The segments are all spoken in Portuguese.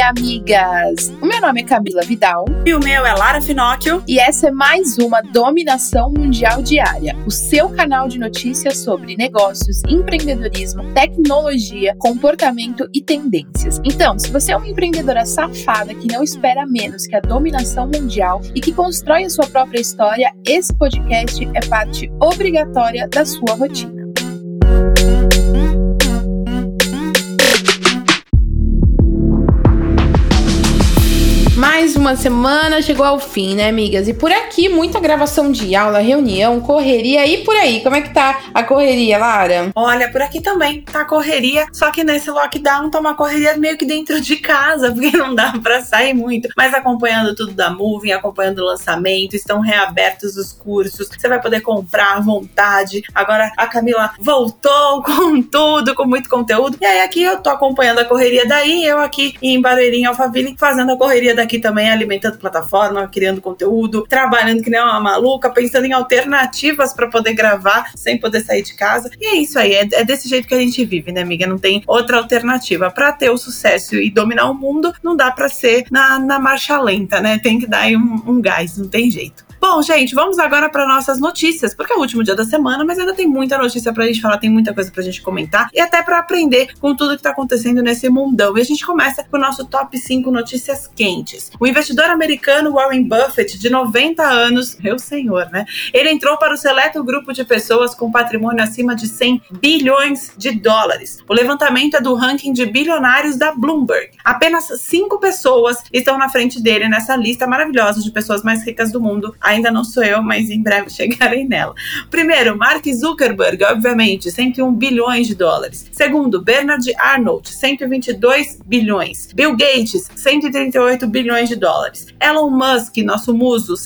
amigas! O meu nome é Camila Vidal. E o meu é Lara Finocchio. E essa é mais uma Dominação Mundial Diária, o seu canal de notícias sobre negócios, empreendedorismo, tecnologia, comportamento e tendências. Então, se você é uma empreendedora safada que não espera menos que a dominação mundial e que constrói a sua própria história, esse podcast é parte obrigatória da sua rotina. Mais uma semana chegou ao fim, né, amigas? E por aqui, muita gravação de aula, reunião, correria. E por aí, como é que tá a correria, Lara? Olha, por aqui também tá correria, só que nesse lockdown tá uma correria meio que dentro de casa, porque não dá pra sair muito. Mas acompanhando tudo da Moving, acompanhando o lançamento, estão reabertos os cursos, você vai poder comprar à vontade. Agora a Camila voltou com tudo, com muito conteúdo. E aí aqui eu tô acompanhando a correria daí, eu aqui em Barueri, em Alphaville, fazendo a correria daqui também, alimentando plataforma, criando conteúdo, trabalhando que nem uma maluca, pensando em alternativas para poder gravar sem poder sair de casa. E é isso aí, é desse jeito que a gente vive, né, amiga? Não tem outra alternativa. Para ter o sucesso e dominar o mundo, não dá para ser na marcha lenta, né? Tem que dar aí um gás, não tem jeito. Bom, gente, vamos agora para nossas notícias, porque é o último dia da semana, mas ainda tem muita notícia pra gente falar, tem muita coisa pra gente comentar e até pra aprender com tudo que tá acontecendo nesse mundão. E a gente começa com o nosso top 5 notícias quentes. O investidor americano Warren Buffett, de 90 anos, meu senhor, né? Ele entrou para o seleto grupo de pessoas com patrimônio acima de 100 bilhões de dólares. O levantamento é do ranking de bilionários da Bloomberg. Apenas 5 pessoas estão na frente dele nessa lista maravilhosa de pessoas mais ricas do mundo. Ainda não sou eu, mas em breve chegarei nela. Primeiro, Mark Zuckerberg, obviamente, 101 bilhões de dólares. Segundo, Bernard Arnault, 122 bilhões. Bill Gates, 138 bilhões de dólares. Elon Musk, nosso muso,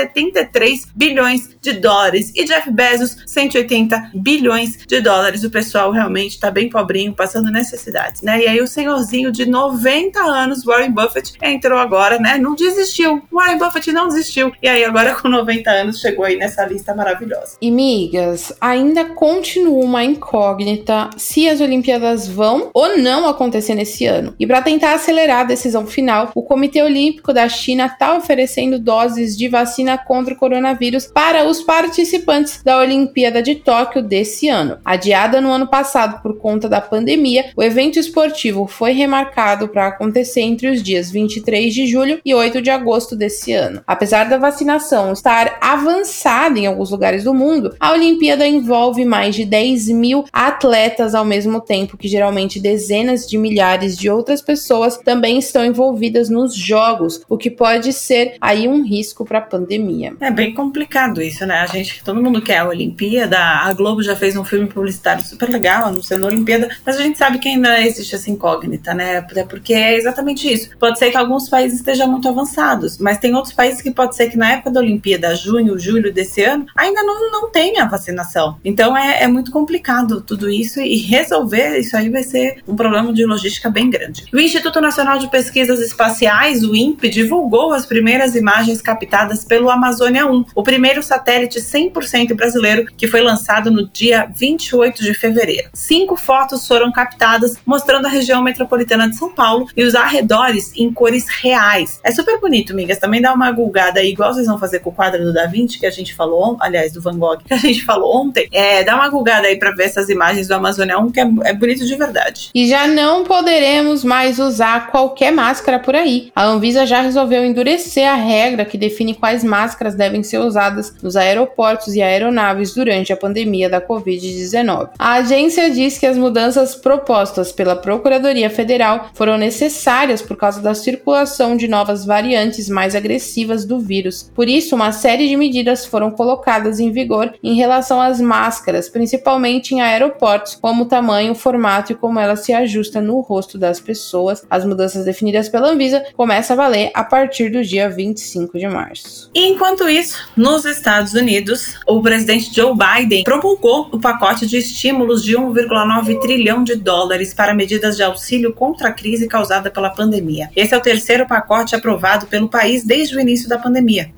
173 bilhões de dólares. E Jeff Bezos, 180 bilhões de dólares. O pessoal realmente tá bem pobrinho, passando necessidades, né? E aí o senhorzinho de 90 anos, Warren Buffett, entrou agora, né? Não desistiu. Warren Buffett não desistiu. E aí agora com 90 anos chegou aí nessa lista maravilhosa. E migas, ainda continua uma incógnita se as Olimpíadas vão ou não acontecer nesse ano. E para tentar acelerar a decisão final, o Comitê Olímpico da China está oferecendo doses de vacina contra o coronavírus para os participantes da Olimpíada de Tóquio desse ano. Adiada no ano passado por conta da pandemia, o evento esportivo foi remarcado para acontecer entre os dias 23 de julho e 8 de agosto desse ano. Apesar da vacinação estar avançada em alguns lugares do mundo, a Olimpíada envolve mais de 10 mil atletas ao mesmo tempo, que geralmente dezenas de milhares de outras pessoas também estão envolvidas nos jogos, o que pode ser aí um risco para a pandemia. É bem complicado isso, né? Todo mundo quer a Olimpíada, a Globo já fez um filme publicitário super legal anunciando a Olimpíada, mas a gente sabe que ainda existe essa incógnita, né? Até porque é exatamente isso. Pode ser que alguns países estejam muito avançados, mas tem outros países que pode ser que na época da Olimpíada, junho, julho desse ano, ainda não tem a vacinação. Então é muito complicado tudo isso e resolver isso aí vai ser um problema de logística bem grande. O Instituto Nacional de Pesquisas Espaciais, o INPE, divulgou as primeiras imagens captadas pelo Amazônia 1, o primeiro satélite 100% brasileiro que foi lançado no dia 28 de fevereiro. 5 fotos foram captadas mostrando a região metropolitana de São Paulo e os arredores em cores reais. É super bonito, amigas. Também dá uma gulgada aí, igual vocês vão fazer com o quadro do Da Vinci, que a gente falou, aliás, do Van Gogh, que a gente falou ontem. Dá uma gulgada aí pra ver essas imagens do Amazônia 1, que é bonito de verdade. E já não poderemos mais usar qualquer máscara por aí. A Anvisa já resolveu endurecer a regra que define quais máscaras devem ser usadas nos aeroportos e aeronaves durante a pandemia da Covid-19. A agência diz que as mudanças propostas pela Procuradoria Federal foram necessárias por causa da circulação de novas variantes mais agressivas do vírus. Por isso, uma série de medidas foram colocadas em vigor em relação às máscaras, principalmente em aeroportos, como o tamanho, o formato e como ela se ajusta no rosto das pessoas. As mudanças definidas pela Anvisa começam a valer a partir do dia 25 de março. Enquanto isso, nos Estados Unidos, o presidente Joe Biden promulgou o pacote de estímulos de 1,9 trilhão de dólares para medidas de auxílio contra a crise causada pela pandemia. Esse é o terceiro pacote aprovado pelo país desde o início da pandemia. Ao todo,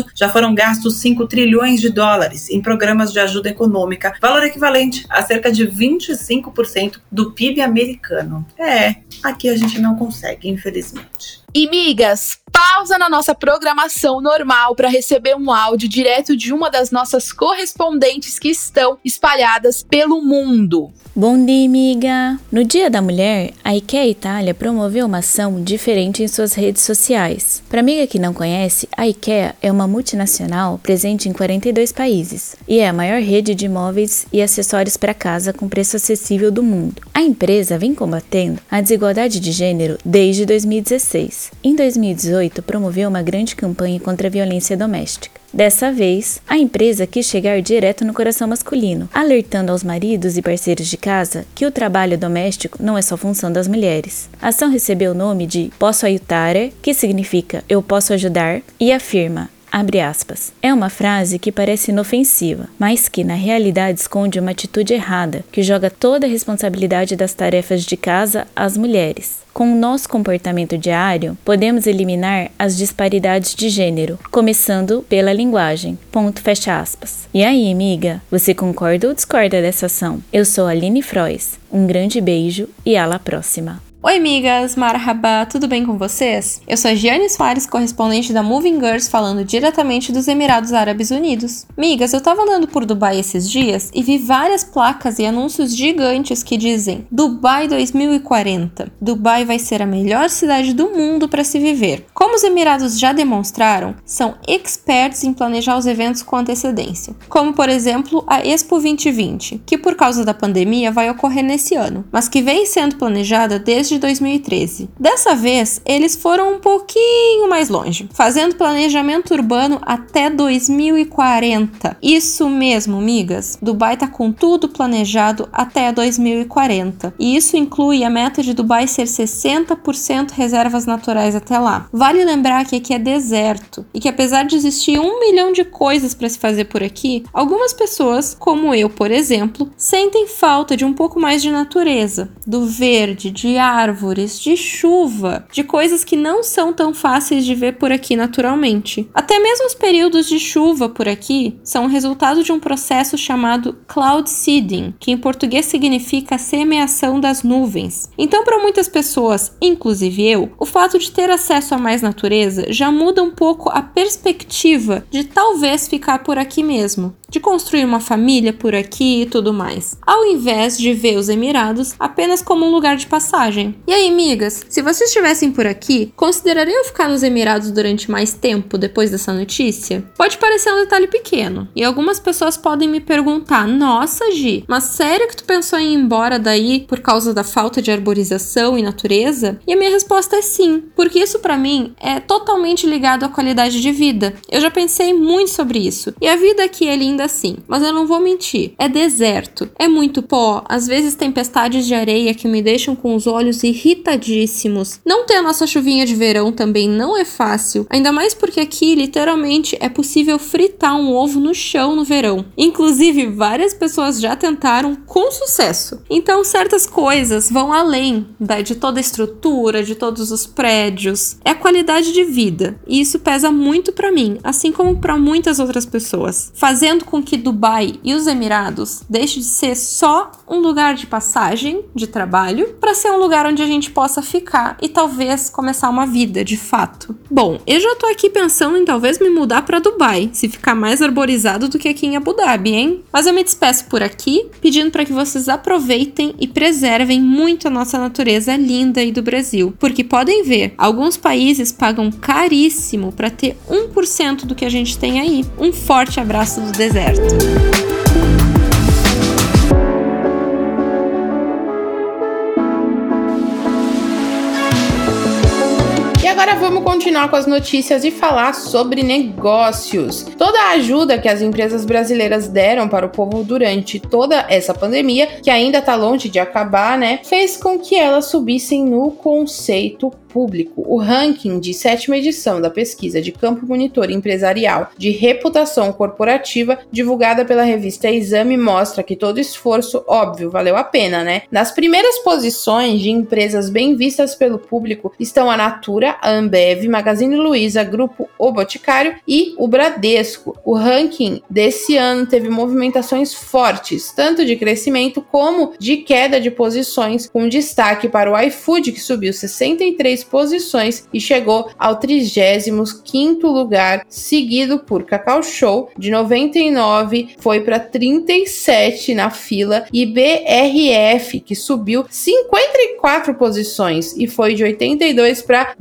todo, já foram gastos 5 trilhões de dólares em programas de ajuda econômica, valor equivalente a cerca de 25% do PIB americano. Aqui a gente não consegue, infelizmente. E migas, pausa na nossa programação normal para receber um áudio direto de uma das nossas correspondentes que estão espalhadas pelo mundo. Bom dia, amiga! No Dia da Mulher, a IKEA Itália promoveu uma ação diferente em suas redes sociais. Para amiga que não conhece, a IKEA é uma multinacional presente em 42 países e é a maior rede de móveis e acessórios para casa com preço acessível do mundo. A empresa vem combatendo a desigualdade de gênero desde 2016. Em 2018, promoveu uma grande campanha contra a violência doméstica. Dessa vez, a empresa quis chegar direto no coração masculino, alertando aos maridos e parceiros de casa que o trabalho doméstico não é só função das mulheres. A ação recebeu o nome de Posso Aiutare, que significa eu posso ajudar, e afirma, abre aspas, é uma frase que parece inofensiva, mas que na realidade esconde uma atitude errada, que joga toda a responsabilidade das tarefas de casa às mulheres. Com o nosso comportamento diário, podemos eliminar as disparidades de gênero, começando pela linguagem. Ponto, fecha aspas. E aí, amiga, você concorda ou discorda dessa ação? Eu sou a Aline Frois. Um grande beijo e à la próxima. Oi, amigas, marhaba, tudo bem com vocês? Eu sou a Giane Soares, correspondente da Moving Girls, falando diretamente dos Emirados Árabes Unidos. Migas, eu tava andando por Dubai esses dias e vi várias placas e anúncios gigantes que dizem Dubai 2040. Dubai vai ser a melhor cidade do mundo para se viver. Como os Emirados já demonstraram, são experts em planejar os eventos com antecedência. Como, por exemplo, a Expo 2020, que por causa da pandemia vai ocorrer nesse ano, mas que vem sendo planejada desde 2013. Dessa vez, eles foram um pouquinho mais longe, fazendo planejamento urbano até 2040. Isso mesmo, migas. Dubai tá com tudo planejado até 2040. E isso inclui a meta de Dubai ser 60% reservas naturais até lá. Vale lembrar que aqui é deserto e que apesar de existir 1 milhão de coisas para se fazer por aqui, algumas pessoas, como eu, por exemplo, sentem falta de um pouco mais de natureza, do verde, de árvores, de chuva, de coisas que não são tão fáceis de ver por aqui naturalmente. Até mesmo os períodos de chuva por aqui são resultado de um processo chamado cloud seeding, que em português significa semeação das nuvens. Então, para muitas pessoas, inclusive eu, o fato de ter acesso a mais natureza já muda um pouco a perspectiva de talvez ficar por aqui mesmo, de construir uma família por aqui e tudo mais, ao invés de ver os Emirados apenas como um lugar de passagem. E aí, migas, se vocês estivessem por aqui, considerariam ficar nos Emirados durante mais tempo depois dessa notícia? Pode parecer um detalhe pequeno, e algumas pessoas podem me perguntar, nossa, Gi, mas sério que tu pensou em ir embora daí por causa da falta de arborização e natureza? E a minha resposta é sim, porque isso pra mim é totalmente ligado à qualidade de vida. Eu já pensei muito sobre isso, e a vida aqui é linda sim, mas eu não vou mentir, é deserto, é muito pó, às vezes tempestades de areia que me deixam com os olhos irritadíssimos. Não ter a nossa chuvinha de verão também não é fácil, ainda mais porque aqui literalmente é possível fritar um ovo no chão no verão. Inclusive, várias pessoas já tentaram com sucesso. Então, certas coisas vão além de toda a estrutura, de todos os prédios. É a qualidade de vida, e isso pesa muito pra mim, assim como pra muitas outras pessoas, fazendo com que Dubai e os Emirados deixe de ser só um lugar de passagem, de trabalho, para ser um lugar onde a gente possa ficar e talvez começar uma vida, de fato. Bom, eu já tô aqui pensando em talvez me mudar para Dubai, se ficar mais arborizado do que aqui em Abu Dhabi, hein? Mas eu me despeço por aqui, pedindo para que vocês aproveitem e preservem muito a nossa natureza linda aí do Brasil, porque podem ver, alguns países pagam caríssimo para ter 1% do que a gente tem aí. Um forte abraço do deserto. E agora vamos continuar com as notícias e falar sobre negócios. Toda a ajuda que as empresas brasileiras deram para o povo durante toda essa pandemia, que ainda está longe de acabar, né, fez com que elas subissem no conceito público o ranking de 7ª edição da pesquisa de campo monitor empresarial de reputação corporativa, divulgada pela revista Exame, mostra que todo esforço, óbvio, valeu a pena, né? Nas primeiras posições de empresas bem vistas pelo público estão a Natura, a Ambev, Magazine Luiza, Grupo O Boticário e o Bradesco. O ranking desse ano teve movimentações fortes, tanto de crescimento como de queda de posições, com destaque para o iFood, que subiu 63 posições e chegou ao 35º lugar, seguido por Cacau Show, de 99, foi para 37 na fila, e BRF, que subiu 54 posições e foi de 82 para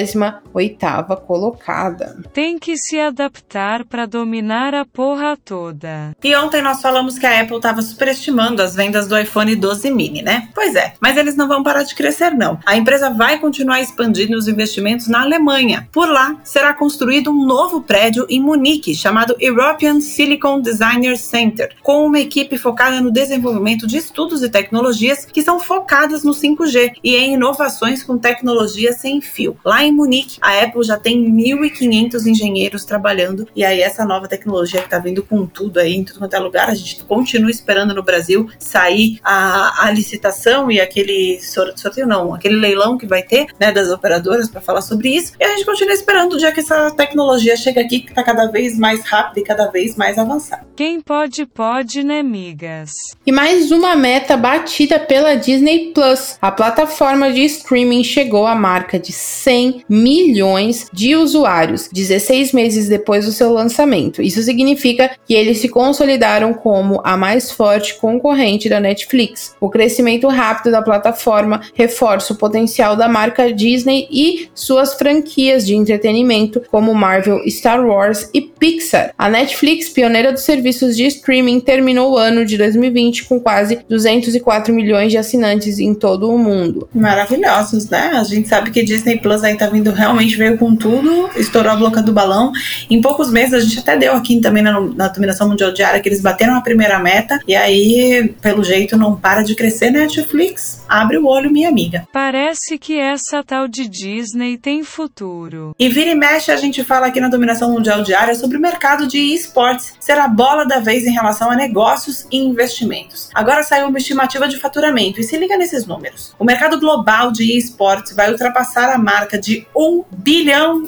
28ª colocada. Tem que se adaptar para dominar a porra toda. E ontem nós falamos que a Apple estava superestimando as vendas do iPhone 12 mini, né? Pois é, mas eles não vão parar de crescer, não. A empresa vai continuar expandindo os investimentos na Alemanha. Por lá, será construído um novo prédio em Munique, chamado European Silicon Designer Center, com uma equipe focada no desenvolvimento de estudos e tecnologias que são focadas no 5G e em inovações com tecnologia sem fio. Lá em Munique, a Apple já tem 1.500 engenheiros trabalhando, e aí essa nova tecnologia que tá vindo com tudo aí, em tudo quanto é lugar, a gente continua esperando no Brasil sair a licitação e aquele sorteio não, aquele leilão que vai ter, né, das operadoras para falar sobre isso, e a gente continua esperando o dia que essa tecnologia chega aqui, que tá cada vez mais rápida e cada vez mais avançada. Quem pode, né, migas? E mais uma meta batida pela Disney Plus. A plataforma de streaming chegou à marca de 100 milhões de usuários, 16 meses depois do seu lançamento. Isso significa que eles se consolidaram como a mais forte concorrente da Netflix. O crescimento rápido da plataforma reforça o potencial da marca Disney e suas franquias de entretenimento como Marvel, Star Wars e Pixar. A Netflix, pioneira dos serviços de streaming, terminou o ano de 2020 com quase 204 milhões de assinantes em todo o mundo. Maravilhosos, né? A gente sabe que Disney Plus aí tá vindo, realmente veio com tudo, estourou a boca do balão. Em poucos meses, a gente até deu aqui também na dominação mundial diária que eles bateram a primeira meta, e aí, pelo jeito, não para de crescer. Netflix, abre o olho, minha amiga. Parece que essa tal de Disney tem futuro. E vira e mexe, a gente fala aqui na dominação mundial diária sobre o mercado de esportes ser a bola da vez em relação a negócios e investimentos. Agora saiu uma estimativa de faturamento, e se liga nesses números. O mercado global de esportes vai ultrapassar a marca de $1 bilhão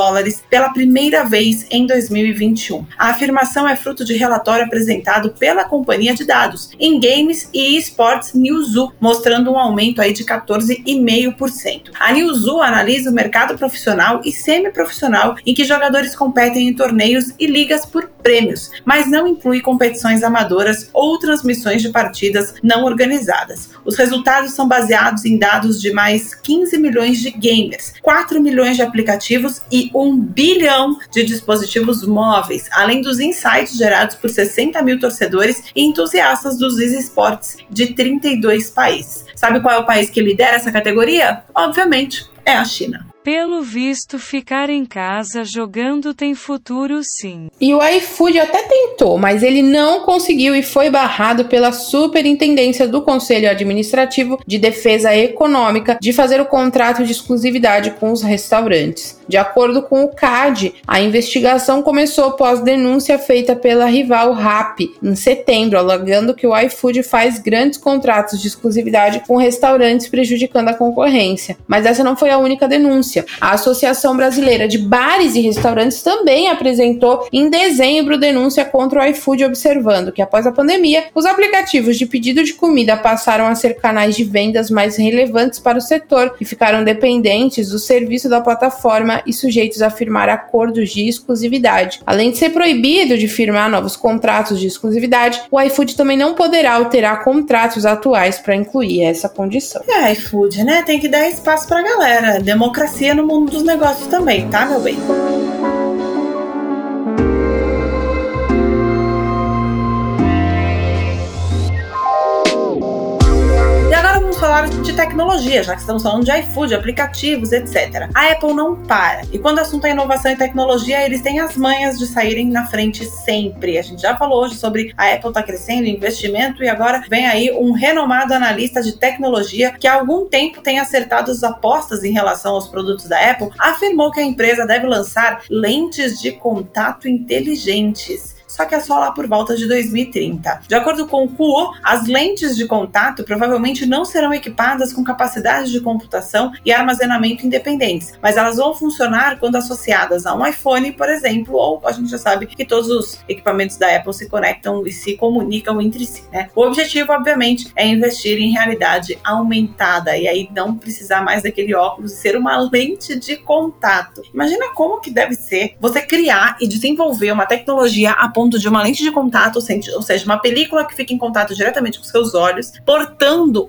pela primeira vez em 2021. A afirmação é fruto de relatório apresentado pela companhia de dados em Games e Esports Newzoo, mostrando um aumento aí de 14,5%. A Newzoo analisa o mercado profissional e semiprofissional em que jogadores competem em torneios e ligas por prêmios, mas não inclui competições amadoras ou transmissões de partidas não organizadas. Os resultados são baseados em dados de mais 15 milhões de gamers, 4 milhões de aplicativos e 1 bilhão de dispositivos móveis, além dos insights gerados por 60 mil torcedores e entusiastas dos esportes de 32 países. Sabe qual é o país que lidera essa categoria? Obviamente, é a China. Pelo visto, ficar em casa jogando tem futuro sim. E o iFood até tentou, mas ele não conseguiu e foi barrado pela Superintendência do Conselho Administrativo de Defesa Econômica de fazer o contrato de exclusividade com os restaurantes. De acordo com o CAD, a investigação começou após denúncia feita pela rival Rappi em setembro, alegando que o iFood faz grandes contratos de exclusividade com restaurantes, prejudicando a concorrência. Mas essa não foi a única denúncia. A Associação Brasileira de Bares e Restaurantes também apresentou em dezembro denúncia contra o iFood, observando que após a pandemia, os aplicativos de pedido de comida passaram a ser canais de vendas mais relevantes para o setor e ficaram dependentes do serviço da plataforma e sujeitos a firmar acordos de exclusividade. Além de ser proibido de firmar novos contratos de exclusividade, o iFood também não poderá alterar contratos atuais para incluir essa condição. É, iFood, né? Tem que dar espaço pra galera. Democracia no mundo dos negócios também, tá, meu bem? falar de tecnologia, já que estamos falando de iFood, aplicativos, etc. A Apple não para. E quando o assunto é inovação e tecnologia, eles têm as manhas de saírem na frente sempre. A gente já falou hoje sobre a Apple tá crescendo, investimento, e agora vem aí um renomado analista de tecnologia que há algum tempo tem acertado as apostas em relação aos produtos da Apple, afirmou que a empresa deve lançar lentes de contato inteligentes. Só que é só lá por volta de 2030. De acordo com o Kuo, as lentes de contato provavelmente não serão equipadas com capacidade de computação e armazenamento independentes, mas elas vão funcionar quando associadas a um iPhone, por exemplo, ou a gente já sabe que todos os equipamentos da Apple se conectam e se comunicam entre si, né? O objetivo, obviamente, é investir em realidade aumentada e aí não precisar mais daquele óculos e ser uma lente de contato. Imagina como que deve ser você criar e desenvolver uma tecnologia a ponto de uma lente de contato, ou seja, uma película que fica em contato diretamente com seus olhos, portando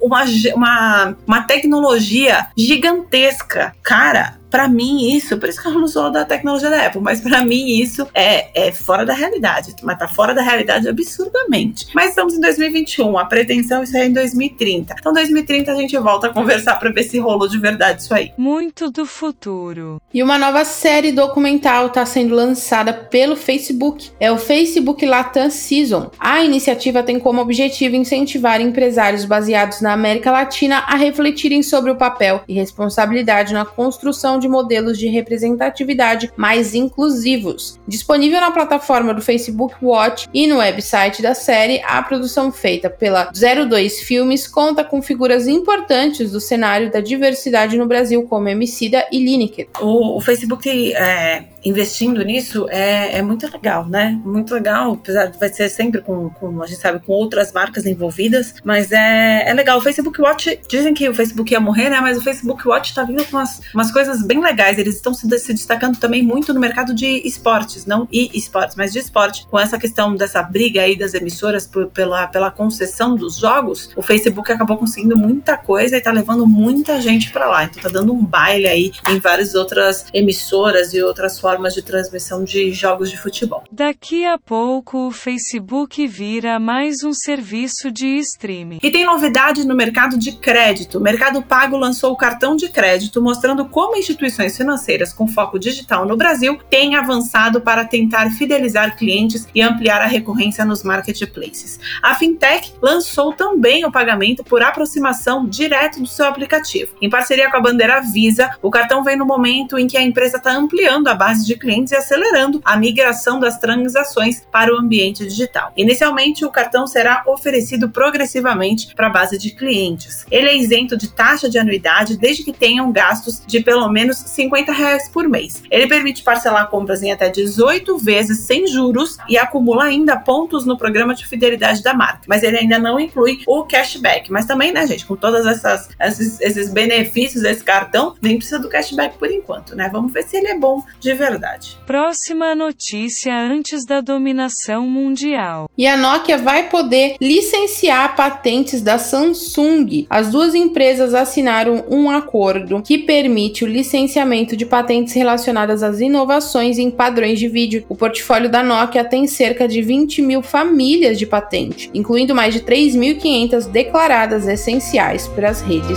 uma tecnologia gigantesca. Cara, pra mim isso, por isso que eu não sou da tecnologia da Apple, mas pra mim isso é fora da realidade, mas tá fora da realidade absurdamente. Mas estamos em 2021, a pretensão isso aí é em 2030. Então 2030 a gente volta a conversar pra ver se rolou de verdade isso aí. Muito do futuro. E uma nova série documental está sendo lançada pelo Facebook. É o Facebook Latam Season. A iniciativa tem como objetivo incentivar empresários baseados na América Latina a refletirem sobre o papel e responsabilidade na construção de modelos de representatividade mais inclusivos. Disponível na plataforma do Facebook Watch e no website da série, a produção feita pela 02 Filmes conta com figuras importantes do cenário da diversidade no Brasil, como Emicida e Lineker. O Facebook investindo nisso é muito legal, né? Muito legal, apesar de vai ser sempre com a gente sabe, com outras marcas envolvidas, mas é legal. O Facebook Watch, dizem que o Facebook ia morrer, né? Mas o Facebook Watch tá vindo com umas coisas bem legais. Eles estão se destacando também muito no mercado de esportes, não e-esportes, mas de esporte. Com essa questão dessa briga aí das emissoras pela concessão dos jogos, o Facebook acabou conseguindo muita coisa e tá levando muita gente pra lá. Então tá dando um baile aí em várias outras emissoras e outras formas de transmissão de jogos de futebol. Daqui a pouco o Facebook vira mais um serviço de streaming. E tem novidade no mercado de crédito. O Mercado Pago lançou o cartão de crédito, mostrando como instituições financeiras com foco digital no Brasil têm avançado para tentar fidelizar clientes e ampliar a recorrência nos marketplaces. A Fintech lançou também o pagamento por aproximação direto do seu aplicativo. Em parceria com a bandeira Visa, o cartão vem no momento em que a empresa está ampliando a base de clientes e acelerando a migração das transações para o ambiente digital. Inicialmente, o cartão será oferecido progressivamente para a base de clientes. Ele é isento de taxa de anuidade desde que tenham gastos de pelo menos R$50 por mês. Ele permite parcelar compras em até 18 vezes sem juros e acumula ainda pontos no programa de fidelidade da marca. Mas ele ainda não inclui o cashback. Mas também, né, gente, com todos esses benefícios desse cartão, nem precisa do cashback por enquanto, né? Vamos ver se ele é bom de verdade. Próxima notícia antes da dominação mundial. E a Nokia vai poder licenciar patentes da Samsung. As duas empresas assinaram um acordo que permite o licenciamento de patentes relacionadas às inovações em padrões de vídeo. O portfólio da Nokia tem cerca de 20 mil famílias de patente, incluindo mais de 3.500 declaradas essenciais para as redes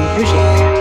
5G.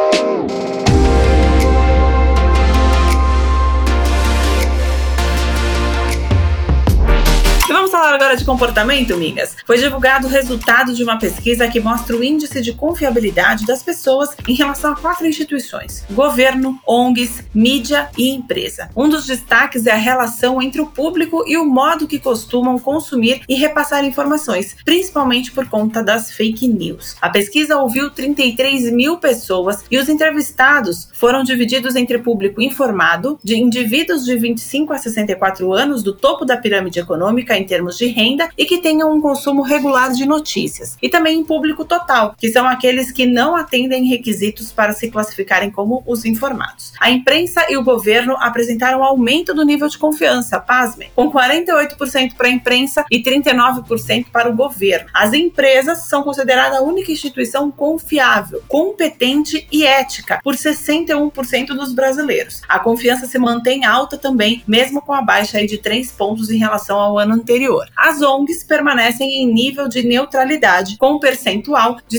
Vamos falar agora de comportamento, amigas? Foi divulgado o resultado de uma pesquisa que mostra o índice de confiabilidade das pessoas em relação a 4 instituições: governo, ONGs, mídia e empresa. Um dos destaques é a relação entre o público e o modo que costumam consumir e repassar informações, principalmente por conta das fake news. A pesquisa ouviu 33 mil pessoas e os entrevistados foram divididos entre público informado, de indivíduos de 25 a 64 anos do topo da pirâmide econômica em termos de renda e que tenham um consumo regular de notícias, e também em público total, que são aqueles que não atendem requisitos para se classificarem como os informados. A imprensa e o governo apresentaram aumento do nível de confiança, pasmem, com 48% para a imprensa e 39% para o governo. As empresas são consideradas a única instituição confiável, competente e ética por 61% dos brasileiros. A confiança se mantém alta também, mesmo com a baixa aí de 3 pontos em relação ao ano anterior. as ONGs permanecem em nível de neutralidade, com um percentual de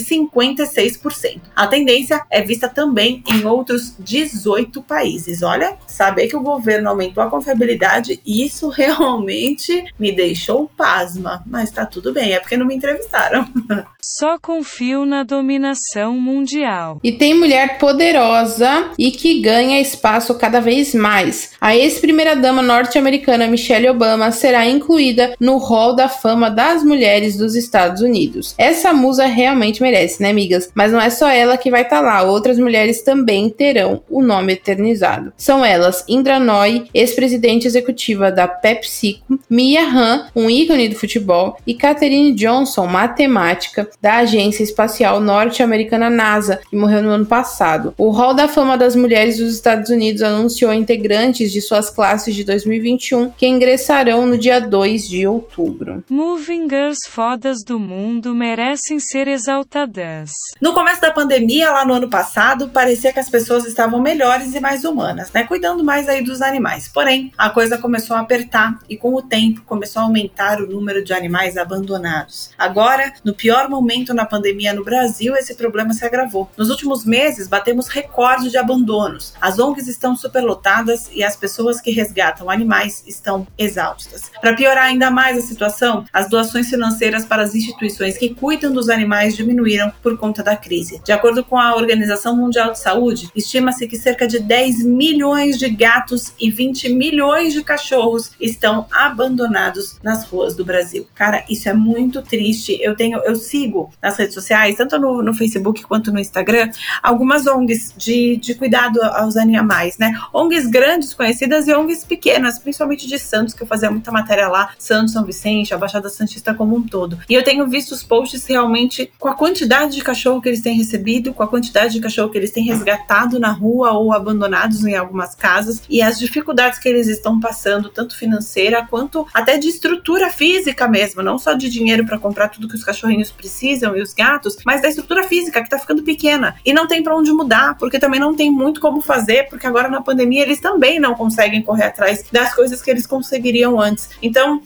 56%. A tendência é vista também em outros 18 países. Olha, saber que o governo aumentou a confiabilidade, isso realmente me deixou pasma. Mas tá tudo bem, é porque não me entrevistaram. Só confio na dominação mundial. E tem mulher poderosa e que ganha espaço cada vez mais. A ex-primeira-dama norte-americana Michelle Obama será incluída no Hall da Fama das Mulheres dos Estados Unidos. Essa musa realmente merece, né, amigas? Mas não é só ela que vai estar lá. Outras mulheres também terão o nome eternizado. São elas Indra Nooyi, ex-presidente executiva da PepsiCo, Mia Hamm, um ícone do futebol, e Katherine Johnson, matemática da Agência Espacial Norte-Americana NASA, que morreu no ano passado. O Hall da Fama das Mulheres dos Estados Unidos anunciou integrantes de suas classes de 2021 que ingressarão no dia 2 de outubro. Moving Girls fodas do mundo merecem ser exaltadas. No começo da pandemia, lá no ano passado, parecia que as pessoas estavam melhores e mais humanas, né? Cuidando mais aí dos animais. Porém, a coisa começou a apertar e com o tempo começou a aumentar o número de animais abandonados. Agora, no pior momento na pandemia no Brasil, esse problema se agravou. Nos últimos meses, batemos recorde de abandonos. As ONGs estão superlotadas e as pessoas que resgatam animais estão exaustas. Para piorar ainda mais a situação, as doações financeiras para as instituições que cuidam dos animais diminuíram por conta da crise. De acordo com a Organização Mundial de Saúde, estima-se que cerca de 10 milhões de gatos e 20 milhões de cachorros estão abandonados nas ruas do Brasil. Cara, isso é muito triste. Eu sigo nas redes sociais, tanto no Facebook quanto no Instagram, algumas ONGs de cuidado aos animais, né? ONGs grandes, conhecidas, e ONGs pequenas, principalmente de Santos, que eu fazia muita matéria lá, Santos, São Vicente, a Baixada Santista como um todo. E eu tenho visto os posts realmente com a quantidade de cachorro que eles têm recebido, com a quantidade de cachorro que eles têm resgatado na rua ou abandonados em algumas casas, e as dificuldades que eles estão passando, tanto financeira quanto até de estrutura física mesmo, não só de dinheiro para comprar tudo que os cachorrinhos precisam e os gatos, mas da estrutura física que tá ficando pequena e não tem para onde mudar, porque também não tem muito como fazer, porque agora na pandemia eles também não conseguem correr atrás das coisas que eles conseguiriam antes. Então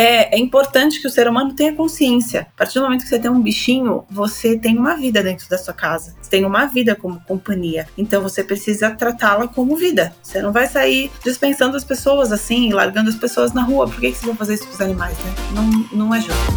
é importante que o ser humano tenha consciência. A partir do momento que você tem um bichinho, você tem uma vida dentro da sua casa, você tem uma vida como companhia, então você precisa tratá-la como vida. Você não vai sair dispensando as pessoas assim, largando as pessoas na rua. Por que vocês vão fazer isso com os animais, né? Não é justo.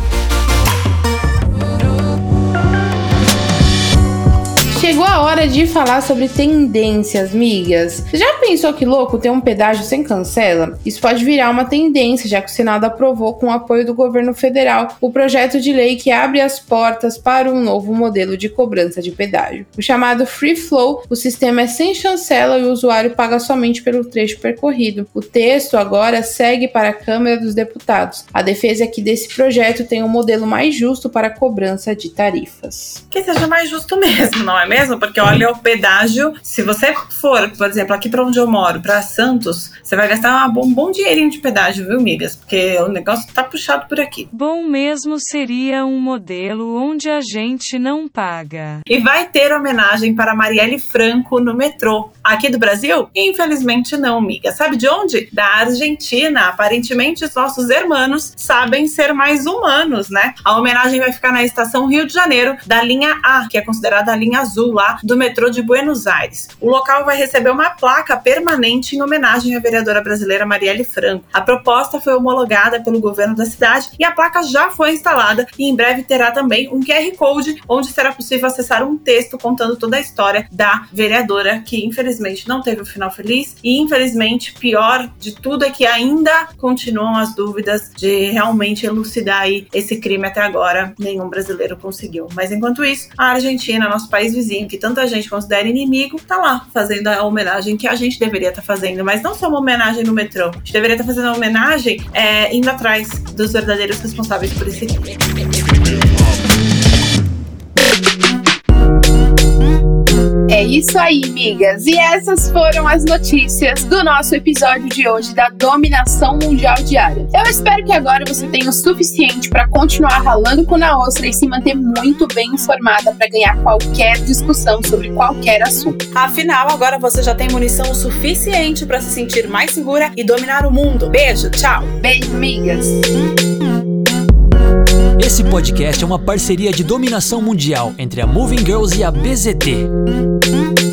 Chegou a hora de falar sobre tendências, migas. Você já pensou que louco ter um pedágio sem cancela? Isso pode virar uma tendência, já que o Senado aprovou, com o apoio do governo federal, o projeto de lei que abre as portas para um novo modelo de cobrança de pedágio. O chamado Free Flow, o sistema é sem chancela e o usuário paga somente pelo trecho percorrido. O texto agora segue para a Câmara dos Deputados. A defesa é que desse projeto tem um modelo mais justo para a cobrança de tarifas. Que seja mais justo mesmo, não é mesmo? Porque olha, o pedágio, se você for, por exemplo, aqui para onde eu moro, para Santos, você vai gastar um bom dinheirinho de pedágio, viu, migas? Porque o negócio tá puxado por aqui. Bom mesmo seria um modelo onde a gente não paga. E vai ter homenagem para Marielle Franco no metrô. Aqui do Brasil? Infelizmente não, miga. Sabe de onde? Da Argentina. Aparentemente os nossos hermanos sabem ser mais humanos, né? A homenagem vai ficar na estação Rio de Janeiro, da linha A, que é considerada a linha azul lá do metrô de Buenos Aires. O local vai receber uma placa permanente em homenagem à vereadora brasileira Marielle Franco. A proposta foi homologada pelo governo da cidade e a placa já foi instalada e em breve terá também um QR Code onde será possível acessar um texto contando toda a história da vereadora, que infelizmente não teve um final feliz e infelizmente pior de tudo é que ainda continuam as dúvidas de realmente elucidar aí esse crime. Até agora nenhum brasileiro conseguiu. Mas enquanto isso, a Argentina, nosso país vizinho, que tanta gente considera inimigo, tá lá fazendo a homenagem que a gente deveria estar fazendo, mas não só uma homenagem no metrô, a gente deveria estar fazendo uma homenagem indo atrás dos verdadeiros responsáveis por esse crime. É isso aí, migas. E essas foram as notícias do nosso episódio de hoje da Dominação Mundial Diária. Eu espero que agora você tenha o suficiente para continuar ralando com a ostra e se manter muito bem informada para ganhar qualquer discussão sobre qualquer assunto. Afinal, agora você já tem munição o suficiente para se sentir mais segura e dominar o mundo. Beijo, tchau! Beijo, migas! Esse podcast é uma parceria de dominação mundial entre a Moving Girls e a BZT.